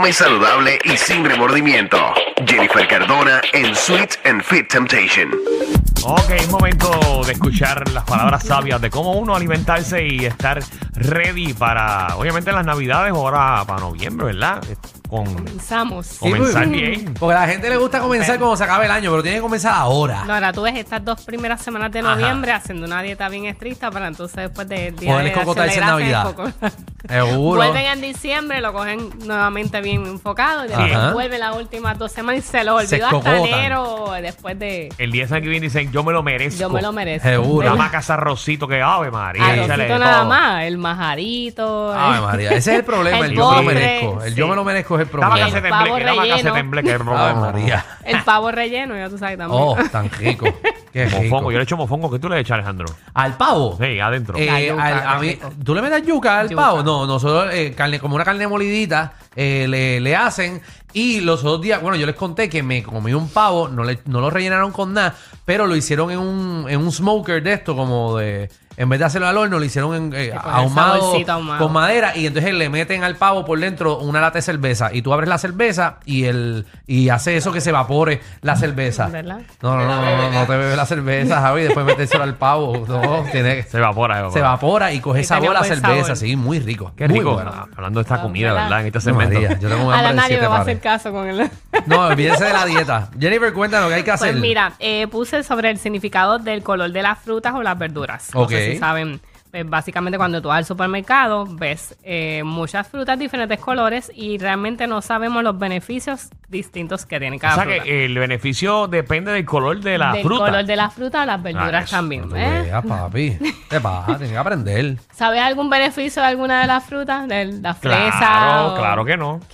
come saludable y sin remordimiento. Jennifer Cardona en Sweet and Fit Temptation. Ok, es momento de escuchar las palabras sabias de cómo uno alimentarse y estar ready para, obviamente, las Navidades o ahora para noviembre, ¿verdad? Comenzamos. Comenzar bien. Porque a la gente le gusta comenzar cuando se acabe el año, pero tiene que comenzar ahora. No, ahora tú ves estas 2 primeras semanas de noviembre haciendo una dieta bien estricta para entonces después del día Poder de Acción de escocotarse en Gracias, Navidad. Seguro. vuelven en diciembre, lo cogen nuevamente bien enfocado y después Ajá. vuelven las últimas 2 semanas y se los Se olvidó hasta escocotan. enero después de... El día de San Giving dicen, yo me lo merezco. Yo me lo merezco. Seguro. Nada más casa arrocito que Ave María. Arrocito échale nada todo. más, el majarito. Ay, María, ese es el problema, el yo me lo postre, merezco. El yo sí. me lo merezco es el Dame problema. que se El pavo temble, dame que se relleno. temble. Que Ay, María. El pavo relleno, ya tú sabes también. Oh, tan rico. Qué rico. Mofongo, yo le echo mofongo. ¿Qué tú le echas, Alejandro? ¿Al pavo? Sí, adentro. La yuca, A mí, rico. ¿tú le metes yuca al Yuca. pavo? No, nosotros carne, como una carne molidita le hacen. Y los otros días, bueno, yo les conté que me comí un pavo, no lo rellenaron con nada, pero lo hicieron en un smoker de esto, como de... En vez de hacerlo al horno, lo hicieron ahumado saborcito ahumado. con madera y entonces le meten al pavo por dentro una lata de cerveza y tú abres la cerveza y hace eso que se evapore la cerveza. ¿Verdad? No te bebes la cerveza, Javi, y después metérselo al pavo. No, tiene que... Se evapora. Se evapora y coge Y sabor a la tenía buen cerveza, sabor. sí, muy rico. Qué Muy rico. bueno. Hablando de esta comida, ¿verdad? ¿verdad? En este Ay, segmento. María, yo tengo un A hambre la de nadie me 7 va a pares. hacer caso con el... No, olvídense de la dieta. Jennifer, cuéntanos qué hay que hacer. Pues mira, puse sobre el significado del color de las frutas o las verduras. No sé Ok. si saben, pues básicamente cuando tú vas al supermercado ves muchas frutas de diferentes colores y realmente no sabemos los beneficios distintos que tiene O cada sea fruta. que el beneficio depende del color de la del fruta. color de la fruta o las verduras eso, también. Tú veas, papi. Te pasa, tienes que aprender. ¿Sabes algún beneficio de alguna de las frutas? De la fresa. Claro, o- claro que no.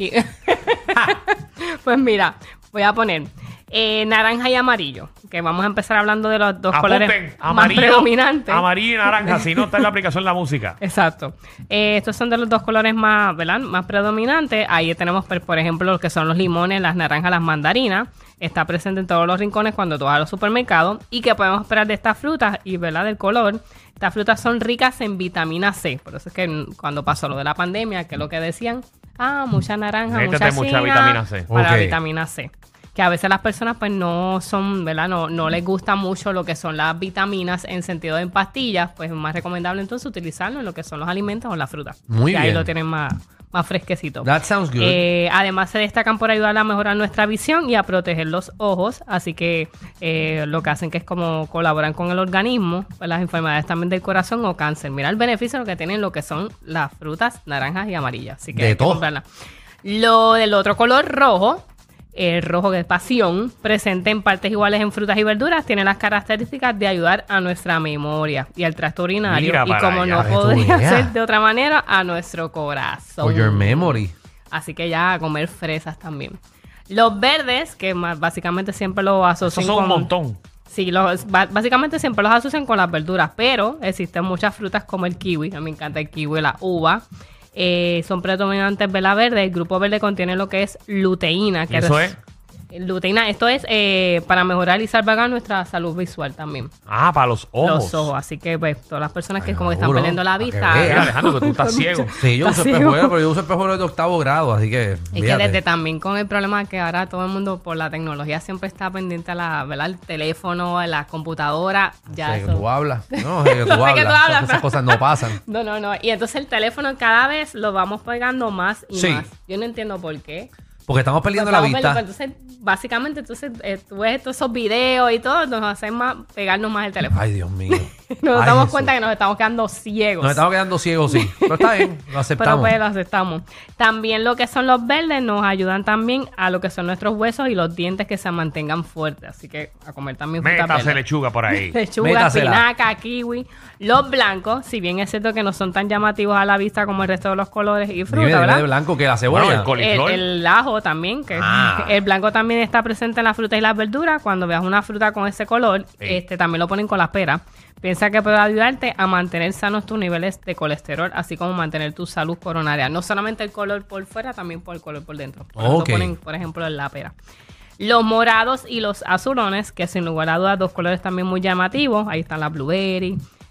Pues mira, voy a poner naranja y amarillo, que vamos a empezar hablando de los dos colores Apunten, más predominantes. Amarillo y naranja, si no está en la aplicación la música. Exacto. Estos son de los dos colores más, ¿verdad? Más predominantes. Ahí tenemos, por ejemplo, lo que son los limones, las naranjas, las mandarinas. Está presente en todos los rincones cuando tú vas a los supermercados. ¿Y qué podemos esperar de estas frutas? Y, ¿verdad? Del color. Estas frutas son ricas en vitamina C. Por eso es que cuando pasó lo de la pandemia, que es lo que decían, mucha naranja, Métete mucha mucha china vitamina C. para la Ok. vitamina C. Que a veces las personas pues no son, ¿verdad? No les gusta mucho lo que son las vitaminas en sentido de en pastillas, pues es más recomendable entonces utilizarlo en lo que son los alimentos o las frutas. Muy que ahí bien. lo tienen más fresquecito. That sounds good. Además se destacan por ayudar a mejorar nuestra visión y a proteger los ojos, así que lo que hacen que es como colaboran con el organismo, pues las enfermedades también del corazón o cáncer. Mira el beneficio que tienen lo que son las frutas naranjas y amarillas, así que De hay que todo. comprarlas. Lo del otro color rojo, el rojo que es pasión, presente en partes iguales en frutas y verduras, tiene las características de ayudar a nuestra memoria y al tracto urinario. Mira Y para como allá, no que tú podría veas. ser de otra manera, a nuestro corazón. For your memory. Así que ya a comer fresas también. Los verdes, que básicamente siempre los asocian Esos son un con... montón. Sí, básicamente siempre los asocian con las verduras, pero existen muchas frutas como el kiwi, a mí me encanta el kiwi, la uva. Son predominantes vela verde. El grupo verde contiene lo que es luteína. ¿Y eso es? Luteína, esto es para mejorar y salvaguardar nuestra salud visual también. Ah, para los ojos. Los ojos. Así que pues, todas las personas que Ay, como que están seguro, perdiendo la para que vista. veas. Mira, Alejandro, que tú estás ciego. Sí, yo uso Así espejuelo, es. pero yo uso espejuelo de 8º grado, así que. Es que fíjate. desde también con el problema que ahora todo el mundo por la tecnología siempre está pendiente a ¿verdad? El teléfono, a la computadora, ya Sé que eso. tú hablas. No, sé que tú No sé que tú hablas. hablas, Esas pero- cosas no pasan. No. Y entonces el teléfono cada vez lo vamos pegando más y Sí. más. Yo no entiendo por qué. Porque estamos perdiendo Pues la estamos vista. perdiendo, entonces, básicamente, tú ves todos esos videos y todo, nos hacen más pegarnos más el teléfono. Ay, Dios mío. Nos Ay, damos Jesús. cuenta que nos estamos quedando ciegos. Nos estamos quedando ciegos, sí. Pero está bien, lo Pero aceptamos. pues lo aceptamos. También lo que son los verdes nos ayudan también a lo que son nuestros huesos y los dientes que se mantengan fuertes. Así que a comer también frutas Métase verdes. lechuga por ahí. Lechuga, Métasela. espinaca, kiwi. Los blancos, si bien es cierto que no son tan llamativos a la vista como el resto de los colores y frutas, Dime de ¿verdad? blanco que la Bueno, cebolla. el coliflor. El ajo también, que el blanco también está presente en las frutas y las verduras. Cuando veas una fruta con ese color, Sí. también lo ponen con las peras. Piensa que puede ayudarte a mantener sanos tus niveles de colesterol, así como mantener tu salud coronaria. No solamente el color por fuera, también por el color por dentro. Por eso Ok. ponen, por ejemplo, en la pera. Los morados y los azulones, que sin lugar a dudas, dos colores también muy llamativos. Ahí están las blueberry,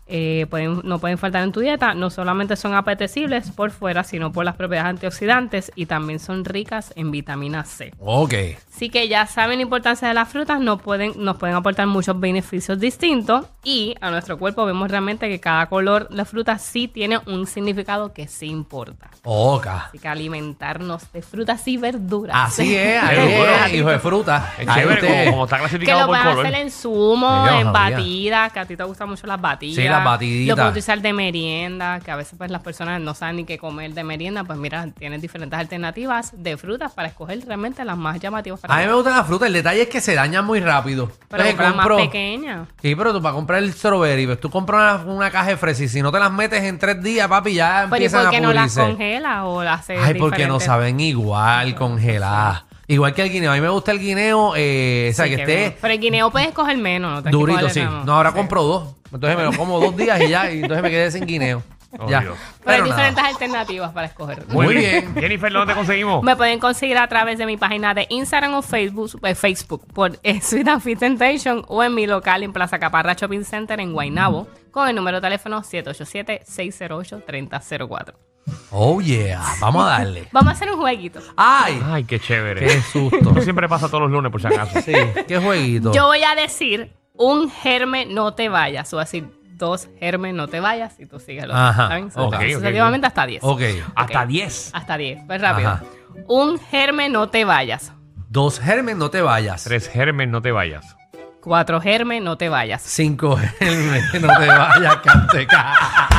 no pueden faltar en tu dieta. No solamente son apetecibles por fuera, sino por las propiedades antioxidantes y también son ricas en vitamina C. Ok. Así que ya saben la importancia de las frutas, nos pueden aportar muchos beneficios distintos y a nuestro cuerpo vemos realmente que cada color de fruta sí tiene un significado que sí importa. Ok. Así que alimentarnos de frutas y verduras. Así es, Qué ahí duro. es, hijo de fruta. Es Ahí chévere usted- como está Que clasificado lo por pueden color. hacer en zumo, Yo no en sabía. batidas, que a ti te gustan mucho las batidas. Sí, las batiditas. Lo puedes utilizar de merienda, que a veces pues las personas no saben ni qué comer de merienda. Pues mira, tienes diferentes alternativas de frutas para escoger realmente las más llamativas para A mí me gustan las frutas. El detalle es que se dañan muy rápido. Pero Entonces, comprar más pequeñas. Sí, pero tú para comprar el strawberry, pues tú compras una caja de fresas y si no te las metes en 3 días, papi, ya Pero ¿y empiezan por a qué no las pudrirse. congelas o las haces Ay, porque no diferentes? saben igual congeladas. Igual que el guineo. A mí me gusta el guineo, o sea, Sí, que qué esté bien. Pero el guineo puedes coger menos, ¿no? Tienes que durito, cogerle sí. nada más. No, ahora Sí. compro 2. Entonces me lo como 2 días y ya, y entonces me quedé sin guineo. Oh, ya. Dios. Pero hay nada. diferentes alternativas para escoger. Muy bien. Jennifer, ¿dónde te conseguimos? Me pueden conseguir a través de mi página de Instagram o Facebook por Sweet and Fit Temptation o en mi local en Plaza Caparra Shopping Center en Guaynabo con el número de teléfono 787-608-3004. Oh, yeah. Vamos a darle. Vamos a hacer un jueguito. ¡Ay! Ay, qué chévere. ¡Qué susto! Esto siempre pasa todos los lunes, por si acaso. Sí, qué jueguito. Yo voy a decir un germen no te vayas o decir 2 germen no te vayas y tú síguelo. Ajá. ¿Está bien? Ok, Sucesivamente hasta 10. Ok. Hasta 10. Hasta 10. Pues rápido. Ajá. Un germen no te vayas. 2 germen, no te vayas. 3 germen, no te vayas. 4 germen no te vayas. 5 germen, no te vayas, canteca.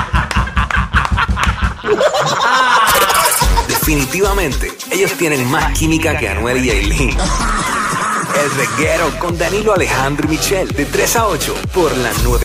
Definitivamente, ellos tienen más química que Anuel y Aileen. El reguero con Danilo Alejandro y Michel, de 3 a 8, por la 9.